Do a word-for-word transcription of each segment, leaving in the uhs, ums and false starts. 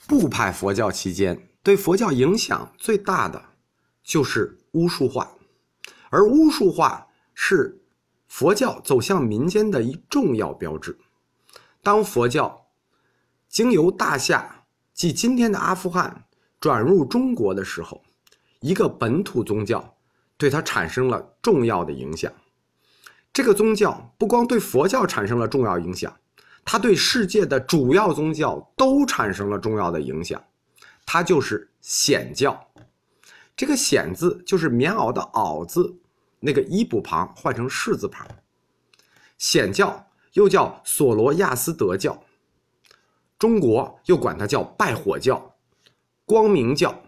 部派佛教期间，对佛教影响最大的就是巫术化，而巫术化是佛教走向民间的一重要标志。当佛教经由大夏即今天的阿富汗转入中国的时候，一个本土宗教对它产生了重要的影响。这个宗教不光对佛教产生了重要影响，它对世界的主要宗教都产生了重要的影响，它就是显教。这个显字就是棉袄的袄字，那个一补旁换成士字旁。显教又叫索罗亚斯德教，中国又管它叫拜火教、光明教。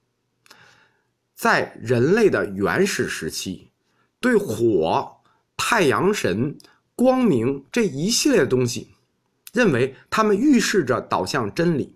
在人类的原始时期，对火、太阳神、光明这一系列的东西认为它们预示着导向真理。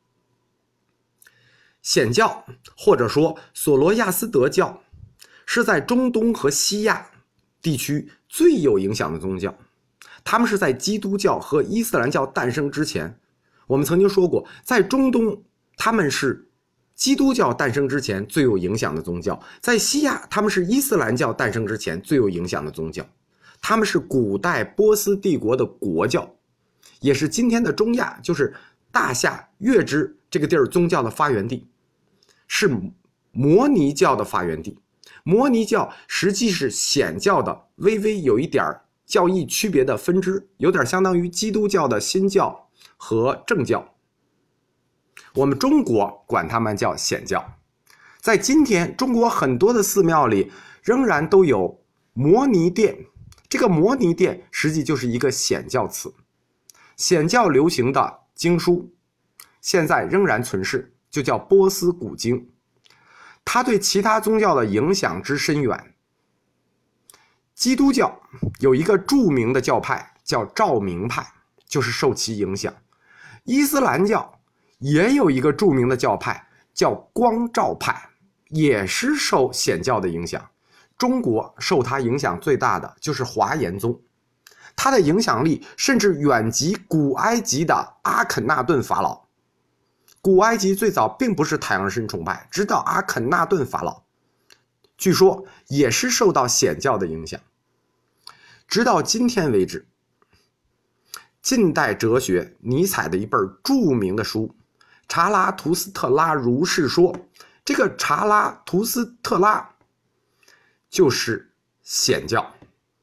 显教或者说索罗亚斯德教是在中东和西亚地区最有影响的宗教，他们是在基督教和伊斯兰教诞生之前，我们曾经说过，在中东他们是基督教诞生之前最有影响的宗教，在西亚他们是伊斯兰教诞生之前最有影响的宗教，他们是古代波斯帝国的国教，也是今天的中亚，就是大夏月支这个地儿宗教的发源地，是摩尼教的发源地。摩尼教实际是显教的微微有一点教义区别的分支，有点相当于基督教的新教和正教，我们中国管他们叫显教。在今天中国很多的寺庙里仍然都有摩尼殿，这个摩尼殿实际就是一个显教词。显教流行的经书现在仍然存世，就叫波斯古经，它对其他宗教的影响之深远。基督教有一个著名的教派叫照明派，就是受其影响。伊斯兰教也有一个著名的教派叫光照派，也是受显教的影响。中国受它影响最大的就是华严宗，它的影响力甚至远及古埃及的阿肯纳顿法老。古埃及最早并不是太阳神崇拜，直到阿肯纳顿法老，据说也是受到显教的影响。直到今天为止，近代哲学尼采的一本著名的书《查拉图斯特拉如是说》，这个查拉图斯特拉就是显教，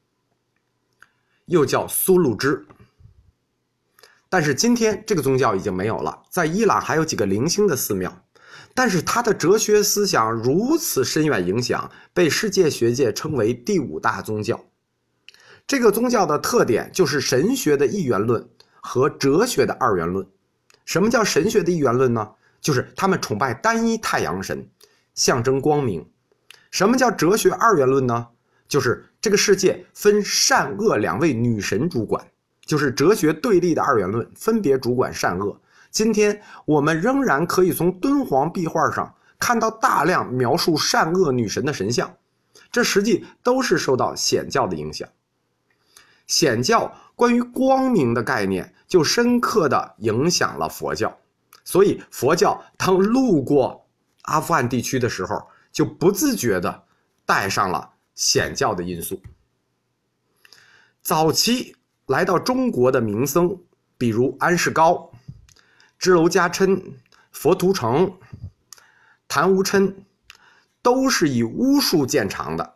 又叫苏鲁支。但是今天这个宗教已经没有了，在伊朗还有几个零星的寺庙，但是它的哲学思想如此深远影响，被世界学界称为第五大宗教。这个宗教的特点就是神学的一元论和哲学的二元论。什么叫神学的一元论呢？就是他们崇拜单一太阳神，象征光明。什么叫哲学二元论呢？就是这个世界分善恶两位女神主管，就是哲学对立的二元论，分别主管善恶。今天我们仍然可以从敦煌壁画上看到大量描述善恶女神的神像，这实际都是受到显教的影响。显教关于光明的概念就深刻地影响了佛教，所以佛教当路过阿富汗地区的时候，就不自觉地带上了显教的因素。早期来到中国的名僧，比如安世高、支娄迦琛、佛图澄、昙无琛，都是以巫术见长的。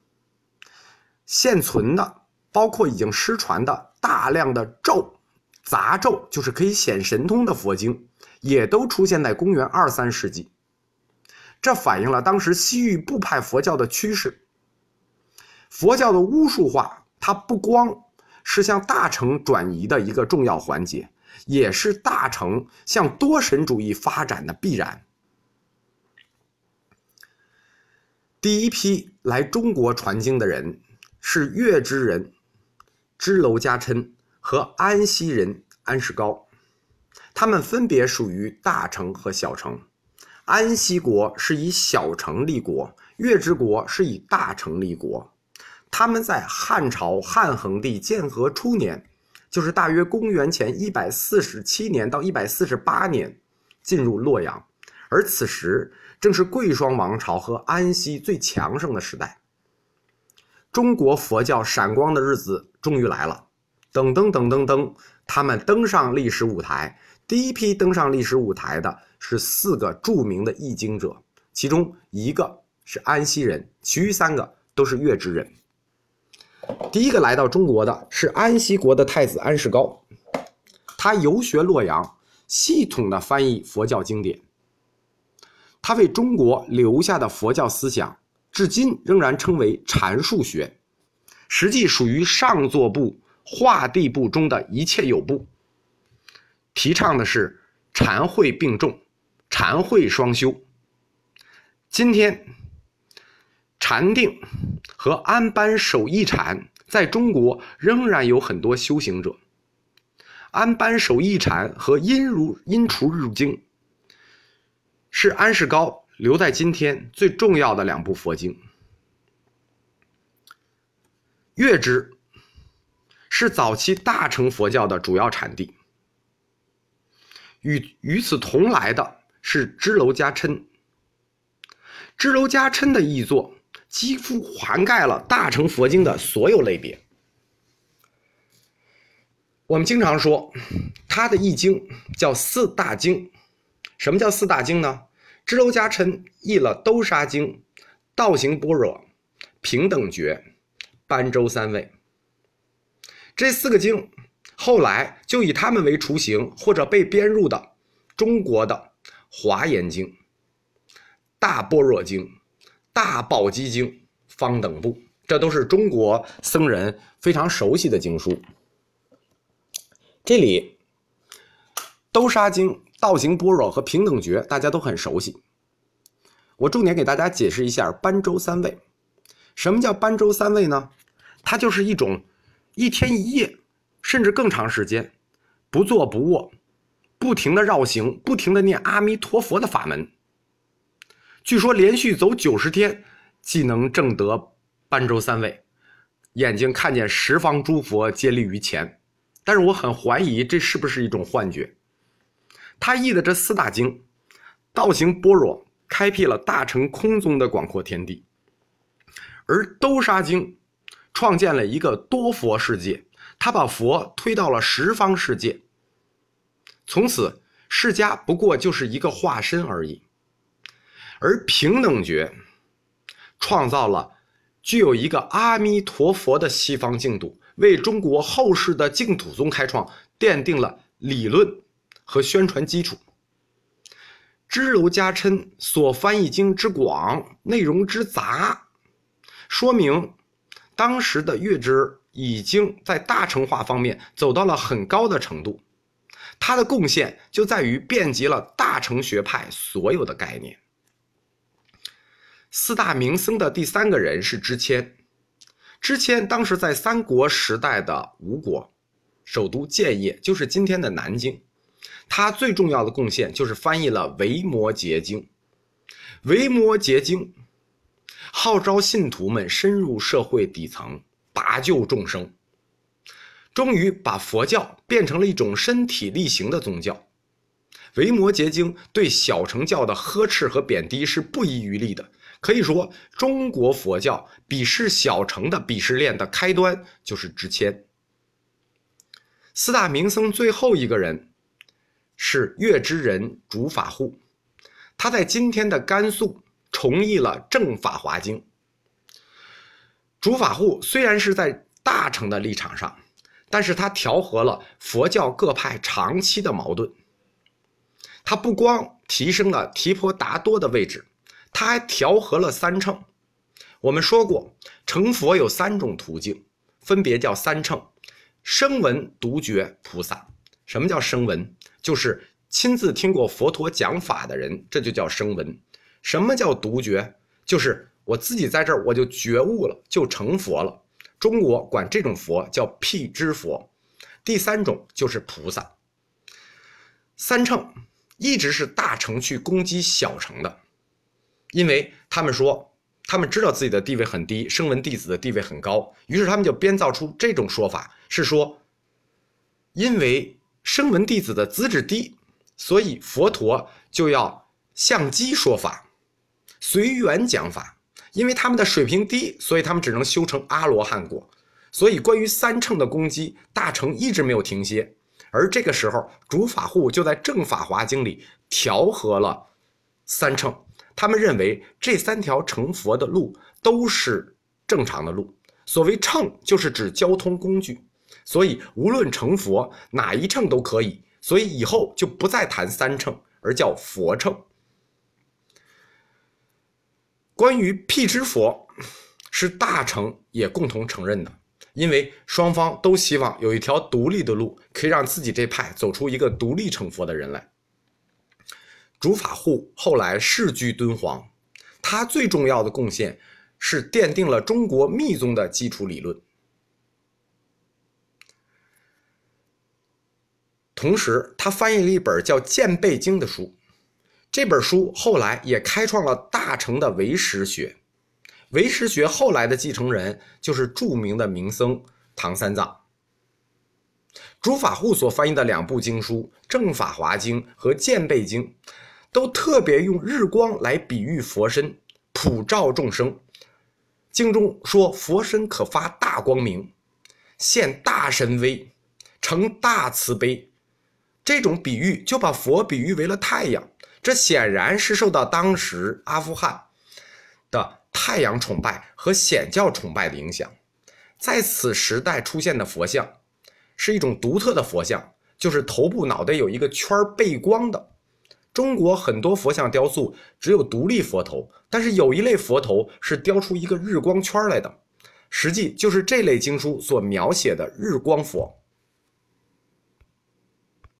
现存的包括已经失传的大量的咒、杂咒，就是可以显神通的佛经，也都出现在公元二三世纪。这反映了当时西域部派佛教的趋势。佛教的巫术化，它不光是向大乘转移的一个重要环节，也是大乘向多神主义发展的必然。第一批来中国传经的人是月支人支娄迦琛和安息人安世高，他们分别属于大乘和小乘。安息国是以小乘立国，月支国是以大乘立国。他们在汉朝汉恒帝建和初年，就是大约公元前一百四十七年到一百四十八年， 进入洛阳，而此时正是贵霜王朝和安息最强盛的时代。中国佛教闪光的日子终于来了，噔噔噔噔噔，他们登上历史舞台。第一批登上历史舞台的是四个著名的译经者，其中一个是安息人，其余三个都是月支人。第一个来到中国的是安息国的太子安世高，他游学洛阳，系统的翻译佛教经典。他为中国留下的佛教思想至今仍然称为禅术学，实际属于上座部化地部中的一切有部，提倡的是禅慧并重，禅慧双修。今天禅定和安般守义禅在中国仍然有很多修行者。安般守义禅和阴如阴除入经是安世高留在今天最重要的两部佛经。月支是早期大乘佛教的主要产地，与与此同来的是支娄迦琛。支娄迦琛的译作几乎涵盖了大乘佛经的所有类别。我们经常说他的译经叫四大经。什么叫四大经呢？支娄迦琛译了兜沙经、道行般若、平等觉、般舟三味。这四个经后来就以他们为雏形或者被编入的中国的华严经、大般若经、大宝积经、方等部，这都是中国僧人非常熟悉的经书。这里兜沙经、道行般若和平等觉大家都很熟悉，我重点给大家解释一下般舟三味。什么叫般舟三味呢？它就是一种一天一夜甚至更长时间不坐不卧，不停的绕行，不停的念阿弥陀佛的法门。据说连续走九十天即能证得般舟三味，眼睛看见十方诸佛皆立于前。但是我很怀疑这是不是一种幻觉。他译的这四大经，道行般若开辟了大乘空宗的广阔天地，而兜沙经创建了一个多佛世界，他把佛推到了十方世界，从此释迦不过就是一个化身而已。而平等觉创造了具有一个阿弥陀佛的西方净土，为中国后世的净土宗开创奠定了理论和宣传基础。支娄迦琛所翻译经之广，内容之杂，说明当时的月支已经在大乘化方面走到了很高的程度。他的贡献就在于遍及了大乘学派所有的概念。四大名僧的第三个人是支谦。支谦当时在三国时代的吴国，首都建业，就是今天的南京。他最重要的贡献就是翻译了维摩诘经。维摩诘经号召信徒们深入社会底层，拔救众生，终于把佛教变成了一种身体力行的宗教。维摩诘经对小乘教的呵斥和贬低是不遗余力的，可以说中国佛教鄙视小乘的鄙视链的开端就是支谦。四大名僧最后一个人是月支人竺法护，他在今天的甘肃重译了正法华经。竺法护虽然是在大乘的立场上，但是他调和了佛教各派长期的矛盾。他不光提升了提婆达多的位置，他还调和了三乘。我们说过，成佛有三种途径，分别叫三乘：声闻、独觉、菩萨。什么叫声闻？就是亲自听过佛陀讲法的人，这就叫声闻。什么叫独觉？就是我自己在这儿我就觉悟了，就成佛了。中国管这种佛叫辟支佛。第三种就是菩萨。三乘一直是大乘去攻击小乘的，因为他们说他们知道自己的地位很低，声闻弟子的地位很高，于是他们就编造出这种说法，是说因为声闻弟子的资质低， 所以佛陀就要相机说法，随缘讲法。因为他们的水平低，所以他们只能修成阿罗汉果。所以关于三乘的攻击，大乘一直没有停歇。而这个时候，竺法护就在《正法华经》里调和了三乘。他们认为这三条成佛的路都是正常的路。所谓乘，就是指交通工具。所以无论成佛，哪一乘都可以。所以以后就不再谈三乘，而叫佛乘。关于辟支佛，是大乘也共同承认的，因为双方都希望有一条独立的路，可以让自己这派走出一个独立成佛的人来。竺法护后来世居敦煌，他最重要的贡献是奠定了中国密宗的基础理论。同时，他翻译了一本叫《见背经》的书。这本书后来也开创了大乘的唯识学。唯识学后来的继承人就是著名的名僧唐三藏。竺法护所翻译的两部经书《正法华经》和《见背经》，都特别用日光来比喻佛身，普照众生。经中说佛身可发大光明，现大神威，成大慈悲。这种比喻就把佛比喻为了太阳，这显然是受到当时阿富汗的太阳崇拜和显教崇拜的影响。在此时代出现的佛像是一种独特的佛像，就是头部脑袋有一个圈背光的。中国很多佛像雕塑只有独立佛头，但是有一类佛头是雕出一个日光圈来的，实际就是这类经书所描写的日光佛。